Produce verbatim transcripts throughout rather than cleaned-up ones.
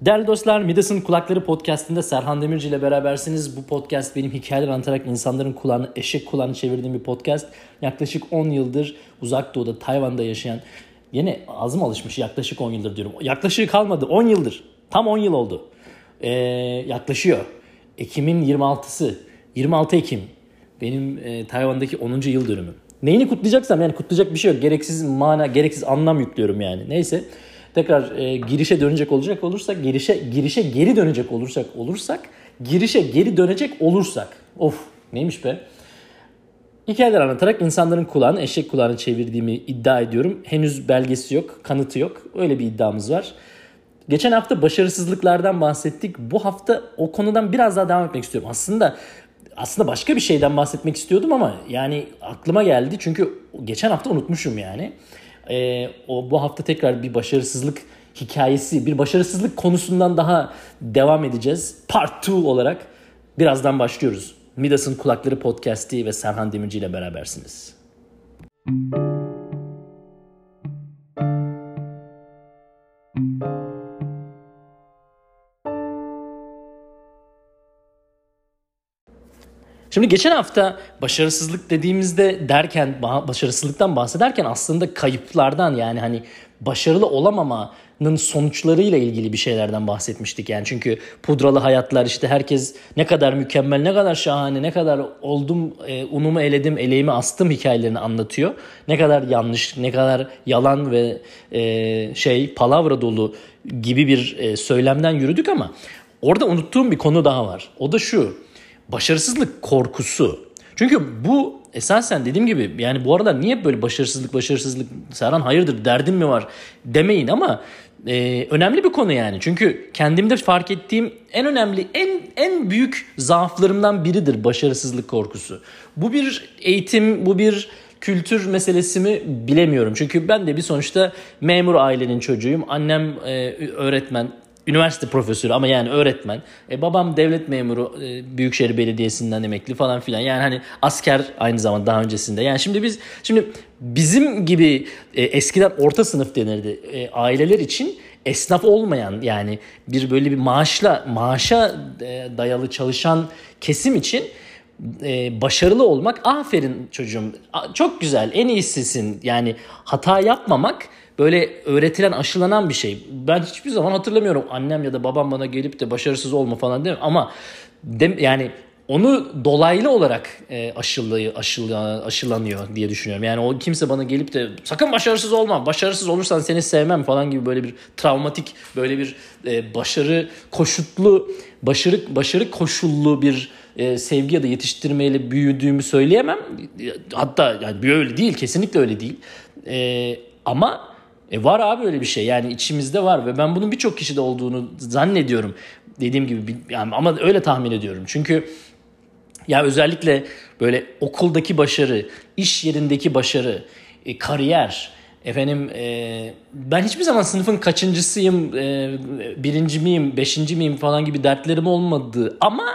Değerli dostlar, Midas'ın Kulakları Podcast'inde Serhan Demirci ile berabersiniz. Bu podcast benim hikayeler anlatarak insanların kulağını, eşek kulağını çevirdiğim bir podcast. Yaklaşık on yıldır Uzak Doğu'da, Tayvan'da yaşayan, yine ağzım alışmış yaklaşık on yıldır diyorum. Yaklaşık kalmadı, on yıldır. Tam on yıl oldu. Ee, yaklaşıyor. Ekim'in yirmi altısı, yirmi altı Ekim benim e, Tayvan'daki onuncu yıl dönümüm. Neyini kutlayacaksam, yani kutlayacak bir şey yok. Gereksiz mana, gereksiz anlam yüklüyorum yani. Neyse. Tekrar e, girişe dönecek olacak olursak, girişe girişe geri dönecek olursak olursak, girişe geri dönecek olursak. Of, neymiş be? Hikayeler anlatarak insanların kulağını, eşek kulağını çevirdiğimi iddia ediyorum. Henüz belgesi yok, kanıtı yok. Öyle bir iddiamız var. Geçen hafta başarısızlıklardan bahsettik. Bu hafta o konudan biraz daha devam etmek istiyorum. Aslında aslında başka bir şeyden bahsetmek istiyordum ama yani aklıma geldi. Çünkü geçen hafta unutmuşum yani. Ee, o bu hafta tekrar bir başarısızlık hikayesi, bir başarısızlık konusundan daha devam edeceğiz. Part iki olarak birazdan başlıyoruz. Midas'ın Kulakları Podcast'i ve Serhan Demirci ile berabersiniz. Şimdi geçen hafta başarısızlık dediğimizde derken, başarısızlıktan bahsederken aslında kayıplardan, yani hani başarılı olamamanın sonuçlarıyla ilgili bir şeylerden bahsetmiştik. Yani çünkü pudralı hayatlar, işte herkes ne kadar mükemmel, ne kadar şahane, ne kadar oldum, e, unumu eledim, eleğimi astım hikayelerini anlatıyor. Ne kadar yanlış, ne kadar yalan ve e, şey palavra dolu gibi bir e, söylemden yürüdük ama orada unuttuğum bir konu daha var. O da şu: başarısızlık korkusu. Çünkü bu esasen dediğim gibi, yani bu aralar niye böyle başarısızlık başarısızlık Serhan hayırdır, derdin mi var demeyin ama e, önemli bir konu yani. Çünkü kendimde fark ettiğim en önemli, en en büyük zaaflarımdan biridir başarısızlık korkusu. Bu bir eğitim, bu bir kültür meselesi mi bilemiyorum. Çünkü ben de bir sonuçta memur ailenin çocuğuyum. Annem e, öğretmen. Üniversite profesörü ama yani öğretmen. E, babam devlet memuru, e, Büyükşehir Belediyesi'nden emekli falan filan. Yani hani asker aynı zamanda daha öncesinde. Yani şimdi biz şimdi bizim gibi e, eskiden orta sınıf denirdi. E, aileler için esnaf olmayan, yani bir böyle bir maaşla maaşa e, dayalı çalışan kesim için e, başarılı olmak, aferin çocuğum, çok güzel, en iyisisin. Yani hata yapmamak böyle öğretilen, aşılanan bir şey. Ben hiçbir zaman hatırlamıyorum annem ya da babam bana gelip de başarısız olma falan değil mi? Ama de, yani onu dolaylı olarak e, aşılı, aşılı, aşılanıyor diye düşünüyorum. Yani o kimse bana gelip de sakın başarısız olma, başarısız olursan seni sevmem falan gibi böyle bir travmatik, böyle bir e, başarı koşutlu, başarı başarı koşullu bir e, sevgi ya da yetiştirmeyle büyüdüğümü söyleyemem. Hatta yani öyle değil, kesinlikle öyle değil. E, ama E var abi öyle bir şey, yani içimizde var ve ben bunun birçok kişide olduğunu zannediyorum. Dediğim gibi yani, ama öyle tahmin ediyorum. Çünkü ya özellikle böyle okuldaki başarı, iş yerindeki başarı, e, kariyer, efendim e, ben hiçbir zaman sınıfın kaçıncısıyım, e, birinci miyim, beşinci miyim falan gibi dertlerim olmadı ama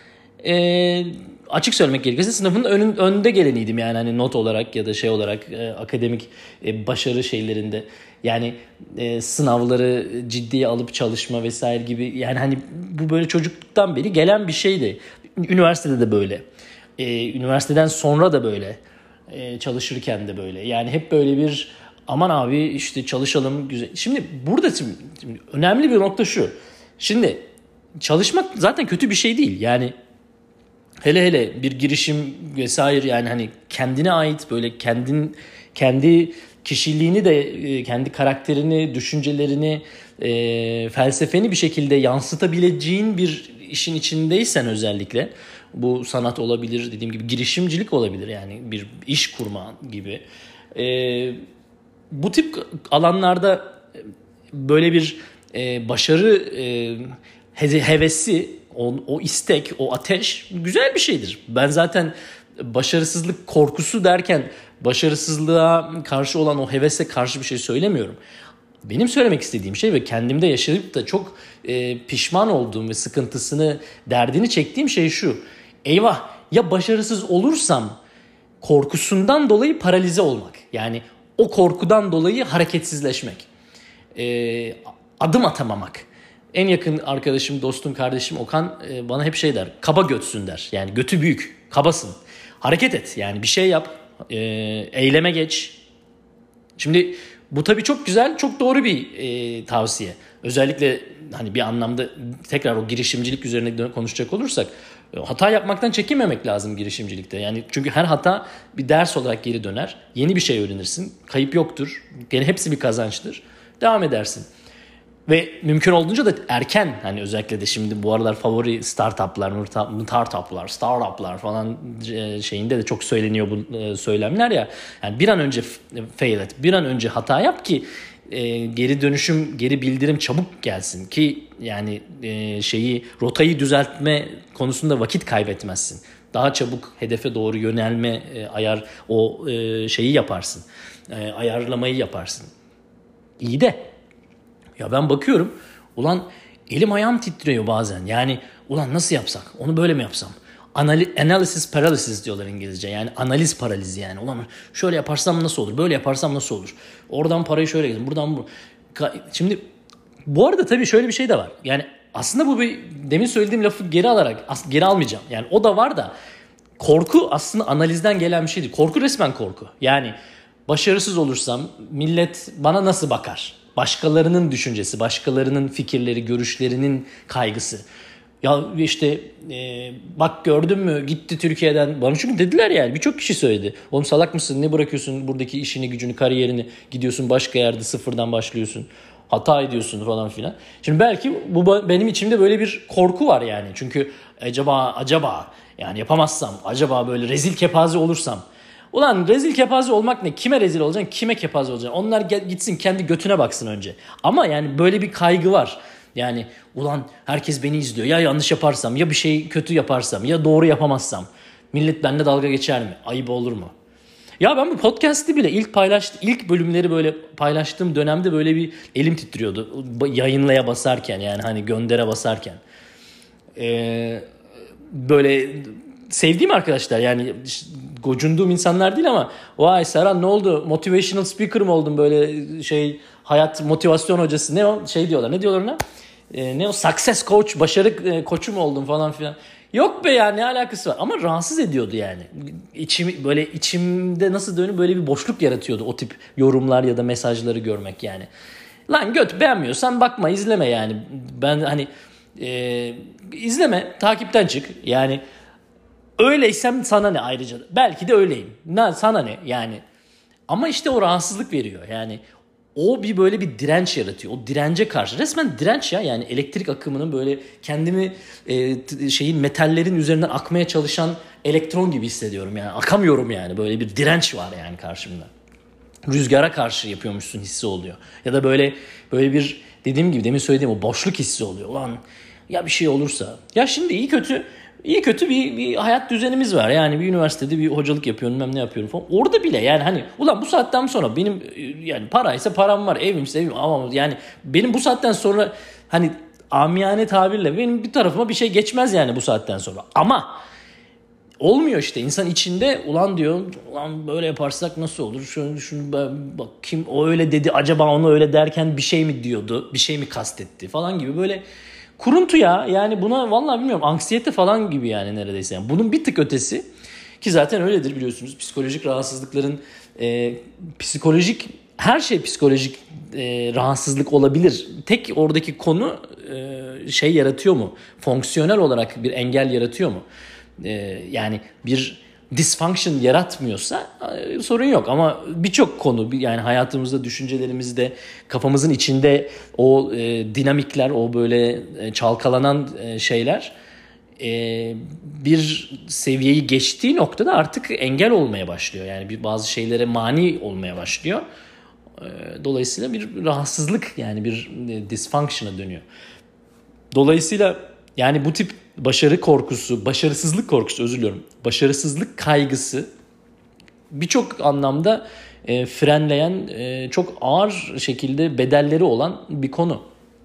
e, açık söylemek gerekirse sınıfın önün, önde geleniydim yani, hani not olarak ya da şey olarak e, akademik e, başarı şeylerinde. Yani e, sınavları ciddiye alıp çalışma vesaire gibi, yani hani bu böyle çocukluktan beri gelen bir şeydi. Üniversitede de böyle. E, üniversiteden sonra da böyle. E, çalışırken de böyle. Yani hep böyle bir aman abi işte çalışalım güzel. Şimdi burada şimdi, şimdi önemli bir nokta şu. Şimdi çalışmak zaten kötü bir şey değil. Yani hele hele bir girişim vesaire, yani hani kendine ait böyle kendin kendi kişiliğini de, kendi karakterini, düşüncelerini, e, felsefeni bir şekilde yansıtabileceğin bir işin içindeysen, özellikle bu sanat olabilir, dediğim gibi girişimcilik olabilir, yani bir iş kurma gibi. E, bu tip alanlarda böyle bir e, başarı e, hevesi, O, o istek, o ateş güzel bir şeydir. Ben zaten başarısızlık korkusu derken başarısızlığa karşı olan o hevese karşı bir şey söylemiyorum. Benim söylemek istediğim şey ve kendimde yaşayıp da çok e, pişman olduğum ve sıkıntısını, derdini çektiğim şey şu: eyvah ya başarısız olursam korkusundan dolayı paralize olmak. Yani o korkudan dolayı hareketsizleşmek. E, adım atamamak. En yakın arkadaşım, dostum, kardeşim Okan e, bana hep şey der. Kaba götsün der. Yani götü büyük, kabasın. Hareket et. Yani bir şey yap. E, eyleme geç. Şimdi bu tabii çok güzel, çok doğru bir e, tavsiye. Özellikle hani bir anlamda tekrar o girişimcilik üzerine konuşacak olursak hata yapmaktan çekinmemek lazım girişimcilikte. Yani çünkü her hata bir ders olarak geri döner. Yeni bir şey öğrenirsin. Kayıp yoktur. Gene hepsi bir kazançtır. Devam edersin. Ve mümkün olduğunca da erken, hani özellikle de şimdi bu aralar favori startuplar, startuplar, startuplar falan şeyinde de çok söyleniyor bu söylemler ya. Yani bir an önce fail et, bir an önce hata yap ki geri dönüşüm, geri bildirim çabuk gelsin ki yani şeyi, rotayı düzeltme konusunda vakit kaybetmezsin. Daha çabuk hedefe doğru yönelme, ayar o şeyi yaparsın, ayarlamayı yaparsın. İyi de ya ben bakıyorum, ulan elim ayağım titriyor bazen. Yani ulan nasıl yapsak? Onu böyle mi yapsam? Anali- analysis paralysis diyorlar İngilizce. Yani analiz paralizi yani. Ulan şöyle yaparsam nasıl olur? Böyle yaparsam nasıl olur? Oradan parayı şöyle gidelim. Buradan bu. Şimdi bu arada tabii şöyle bir şey de var. Yani aslında bu bir, demin söylediğim lafı geri alarak geri almayacağım. Yani o da var da korku aslında analizden gelen bir şeydi. Korku resmen korku. Yani başarısız olursam millet bana nasıl bakar? Başkalarının düşüncesi, başkalarının fikirleri, görüşlerinin kaygısı. Ya işte e, bak gördün mü gitti Türkiye'den. Bana çünkü dediler yani, birçok kişi söyledi. Oğlum salak mısın, ne bırakıyorsun buradaki işini, gücünü, kariyerini, gidiyorsun başka yerde sıfırdan başlıyorsun. Hata ediyorsun falan filan. Şimdi belki bu benim içimde böyle bir korku var yani. Çünkü acaba acaba yani yapamazsam, acaba böyle rezil kepaze olursam. Ulan rezil kepaze olmak ne? Kime rezil olacaksın? Kime kepaze olacaksın? Onlar gitsin kendi götüne baksın önce. Ama yani böyle bir kaygı var. Yani ulan herkes beni izliyor. Ya yanlış yaparsam, ya bir şey kötü yaparsam, ya doğru yapamazsam. Millet benimle dalga geçer mi? Ayıp olur mu? Ya ben bu podcast'i bile ilk paylaş, ilk bölümleri böyle paylaştığım dönemde böyle bir elim titriyordu. Yayınlaya basarken, yani hani göndere basarken. Ee, böyle sevdiğim arkadaşlar, yani gocunduğum insanlar değil ama vay Serhan ne oldu, motivational speaker mı oldun, böyle şey, hayat motivasyon hocası, ne o şey diyorlar, ne diyorlar ona, ee, ne o success coach, başarı e, koçu mu oldun falan filan. Yok be ya, ne alakası var, ama rahatsız ediyordu yani. İçim, böyle içimde nasıl dönüp böyle bir boşluk yaratıyordu o tip yorumlar ya da mesajları görmek yani. Lan göt, beğenmiyorsan bakma, izleme yani. Ben hani e, izleme, takipten çık yani. Öyleysem sana ne ayrıca? Belki de öyleyim. Ne, sana ne yani? Ama işte o rahatsızlık veriyor. Yani o bir böyle bir direnç yaratıyor. O dirence karşı. Resmen direnç ya. Yani elektrik akımının böyle kendimi e, şeyin metallerin üzerinden akmaya çalışan elektron gibi hissediyorum. Yani akamıyorum yani. Böyle bir direnç var yani karşımda. Rüzgara karşı yapıyormuşsun hissi oluyor. Ya da böyle böyle bir, dediğim gibi demin söylediğim o boşluk hissi oluyor. Ulan ya bir şey olursa. Ya şimdi iyi kötü İyi kötü bir, bir hayat düzenimiz var. Yani bir üniversitede bir hocalık yapıyorum, ben ne yapıyorum falan. Orada bile yani hani ulan bu saatten sonra benim, yani paraysa param var, evimse evim, ama yani benim bu saatten sonra hani amiyane tabirle benim bir tarafıma bir şey geçmez yani bu saatten sonra. Ama olmuyor işte, insan içinde ulan diyor, ulan böyle yaparsak nasıl olur? Şunu, şunu bak, kim o öyle dedi, acaba onu öyle derken bir şey mi diyordu? Bir şey mi kastetti falan gibi böyle kuruntu ya. Yani buna vallahi bilmiyorum, anksiyete falan gibi yani neredeyse. Yani bunun bir tık ötesi ki zaten öyledir biliyorsunuz. Psikolojik rahatsızlıkların e, psikolojik, her şey psikolojik e, rahatsızlık olabilir. Tek oradaki konu e, şey yaratıyor mu? Fonksiyonel olarak bir engel yaratıyor mu? E, yani bir dysfunction yaratmıyorsa e, sorun yok, ama birçok konu, yani hayatımızda, düşüncelerimizde, kafamızın içinde o e, dinamikler, o böyle e, çalkalanan e, şeyler e, bir seviyeyi geçtiği noktada artık engel olmaya başlıyor. Yani bir bazı şeylere mani olmaya başlıyor. E, dolayısıyla bir rahatsızlık, yani bir e, dysfunction'a dönüyor. Dolayısıyla yani bu tip başarı korkusu, başarısızlık korkusu, özür diliyorum. Başarısızlık kaygısı birçok anlamda e, frenleyen, e, çok ağır şekilde bedelleri olan bir konu.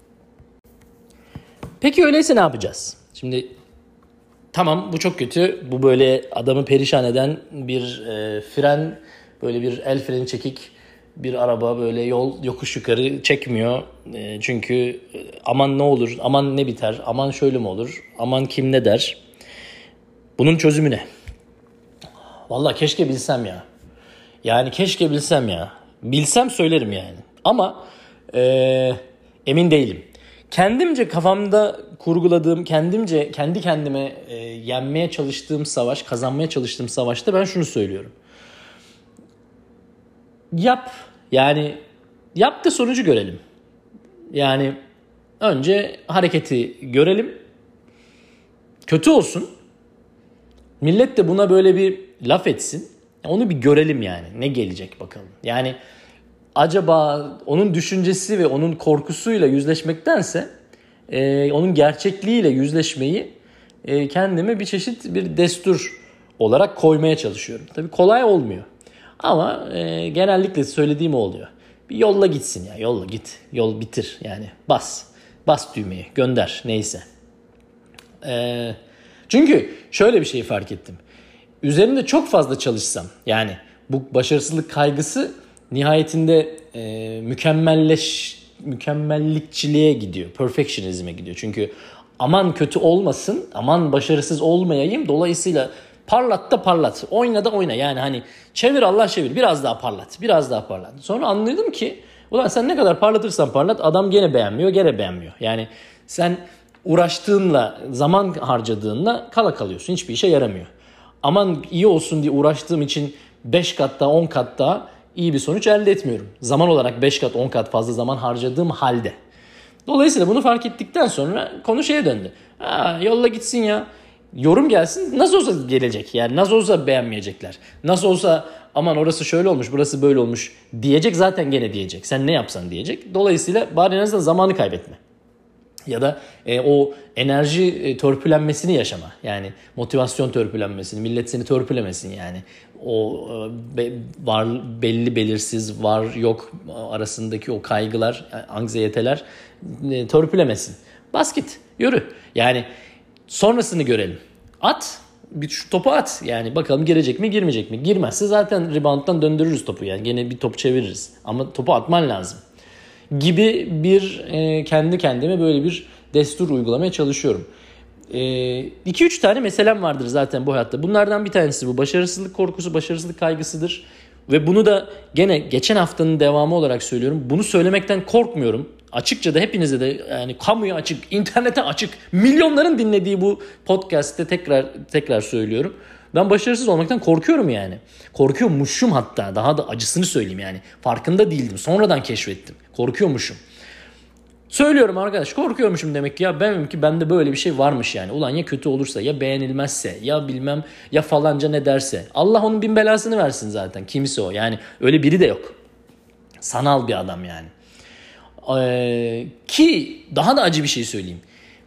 Peki öyleyse ne yapacağız? Şimdi tamam, bu çok kötü. Bu böyle adamı perişan eden bir e, fren, böyle bir el freni çekik bir araba böyle yol yokuş yukarı çekmiyor. E, çünkü aman ne olur, aman ne biter, aman şöyle mi olur, aman kim ne der. Bunun çözümü ne? Vallahi keşke bilsem ya. Yani keşke bilsem ya. Bilsem söylerim yani. Ama ee, emin değilim. Kendimce kafamda kurguladığım, kendimce kendi kendime e, yenmeye çalıştığım savaş, kazanmaya çalıştığım savaşta ben şunu söylüyorum. Yap. Yani yap da sonucu görelim. Yani önce hareketi görelim. Kötü olsun. Millet de buna böyle bir laf etsin. Onu bir görelim yani. Ne gelecek bakalım. Yani acaba onun düşüncesi ve onun korkusuyla yüzleşmektense e, onun gerçekliğiyle yüzleşmeyi e, kendime bir çeşit bir destur olarak koymaya çalışıyorum. Tabii kolay olmuyor. Ama e, genellikle söylediğim oluyor. Bir yolla gitsin ya. Yolla git. Yol bitir. Yani bas. Bas düğmeyi. Gönder. Neyse. E, çünkü şöyle bir şey fark ettim. Üzerinde çok fazla çalışsam, yani bu başarısızlık kaygısı nihayetinde e, mükemmelleş mükemmellikçiliğe gidiyor. Perfectionizm'e gidiyor. Çünkü aman kötü olmasın, aman başarısız olmayayım. Dolayısıyla parlat da parlat. Oyna da oyna. Yani hani çevir Allah çevir. Biraz daha parlat. Biraz daha parlat. Sonra anladım ki ulan sen ne kadar parlatırsan parlat adam gene beğenmiyor, gene beğenmiyor. Yani sen uğraştığınla, zaman harcadığınla kala kalıyorsun. Hiçbir işe yaramıyor. Aman iyi olsun diye uğraştığım için beş kat daha on kat daha iyi bir sonuç elde etmiyorum. Zaman olarak beş kat on kat fazla zaman harcadığım halde. Dolayısıyla bunu fark ettikten sonra konu şeye döndü. Ha, yolla gitsin ya. Yorum gelsin. Nasıl olsa gelecek. Yani nasıl olsa beğenmeyecekler. Nasıl olsa aman orası şöyle olmuş burası böyle olmuş diyecek, zaten gene diyecek. Sen ne yapsan diyecek. Dolayısıyla bari en azından zamanı kaybetme. Ya da e, o enerji e, törpülenmesini yaşama. Yani motivasyon törpülenmesini, millet seni törpülemesin yani. O e, be, var belli belirsiz var yok arasındaki o kaygılar, anksiyeteler e, törpülemesin. Bas git, yürü. Yani sonrasını görelim. At, bir şu topu at. Yani bakalım girecek mi, girmeyecek mi? Girmezse zaten rebound'dan döndürürüz topu yani. Gene bir top çeviririz. Ama topu atman lazım. Gibi bir e, kendi kendime böyle bir destur uygulamaya çalışıyorum. iki üç tane meselem vardır zaten bu hayatta. Bunlardan bir tanesi bu. Başarısızlık korkusu, başarısızlık kaygısıdır. Ve bunu da gene geçen haftanın devamı olarak söylüyorum. Bunu söylemekten korkmuyorum. Açıkça da hepinize de yani kamuya açık, internete açık, milyonların dinlediği bu podcast'te tekrar tekrar söylüyorum. Ben başarısız olmaktan korkuyorum yani. Korkuyormuşum hatta. Daha da acısını söyleyeyim yani. Farkında değildim. Sonradan keşfettim. Korkuyormuşum. Söylüyorum arkadaş, korkuyormuşum demek ki ya, benim ki bende böyle bir şey varmış yani. Ulan ya kötü olursa, ya beğenilmezse, ya bilmem ya falanca ne derse. Allah onun bin belasını versin zaten. Kimse o yani, öyle biri de yok. Sanal bir adam yani. Ee, ki daha da acı bir şey söyleyeyim.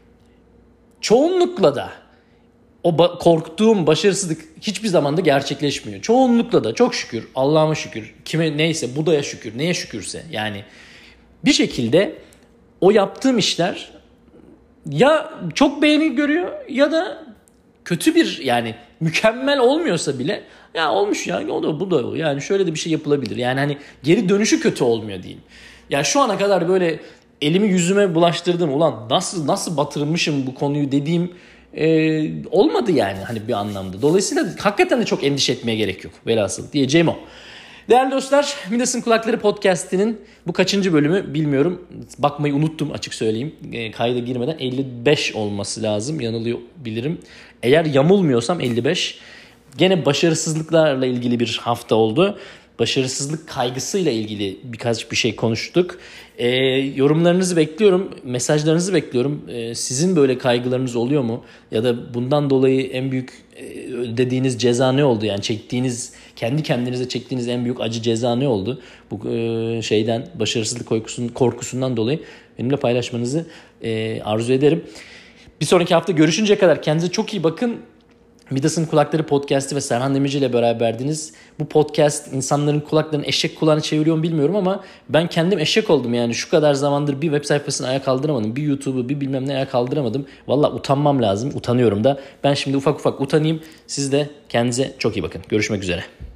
Çoğunlukla da o ba- korktuğum başarısızlık hiçbir zaman da gerçekleşmiyor. Çoğunlukla da çok şükür, Allah'ıma şükür, kime neyse Buda'ya şükür, neye şükürse yani bir şekilde o yaptığım işler ya çok beğeni görüyor ya da kötü bir, yani mükemmel olmuyorsa bile ya olmuş ya, o da bu da yani şöyle de bir şey yapılabilir. Yani hani geri dönüşü kötü olmuyor diyeyim. Ya şu ana kadar böyle elimi yüzüme bulaştırdım, ulan nasıl nasıl batırmışım bu konuyu dediğim e, olmadı yani hani bir anlamda. Dolayısıyla hakikaten de çok endişe etmeye gerek yok velhasıl diyeceğim o. Değerli dostlar, Midas'ın Kulakları Podcast'inin bu kaçıncı bölümü bilmiyorum. Bakmayı unuttum açık söyleyeyim. E, kayda girmeden elli beş olması lazım. Yanılıyor bilirim. Eğer yamulmuyorsam elli beş. Gene başarısızlıklarla ilgili bir hafta oldu. Başarısızlık kaygısıyla ilgili birkaç bir şey konuştuk. E, yorumlarınızı bekliyorum, mesajlarınızı bekliyorum. E, sizin böyle kaygılarınız oluyor mu? Ya da bundan dolayı en büyük e, ödediğiniz ceza ne oldu? Yani çektiğiniz, kendi kendinize çektiğiniz en büyük acı ceza ne oldu? Bu e, şeyden, başarısızlık korkusunun, korkusundan dolayı benimle paylaşmanızı e, arzu ederim. Bir sonraki hafta görüşünceye kadar kendinize çok iyi bakın. Midas'ın Kulakları Podcast'ı ve Serhan Demirci ile beraberdiniz. Bu podcast insanların kulaklarını eşek kulağını çeviriyor mu bilmiyorum ama ben kendim eşek oldum yani. Şu kadar zamandır bir web sayfasını ayağa kaldıramadım. Bir YouTube'u bir bilmem ne ayağa kaldıramadım. Valla utanmam lazım. Utanıyorum da. Ben şimdi ufak ufak utanayım. Siz de kendinize çok iyi bakın. Görüşmek üzere.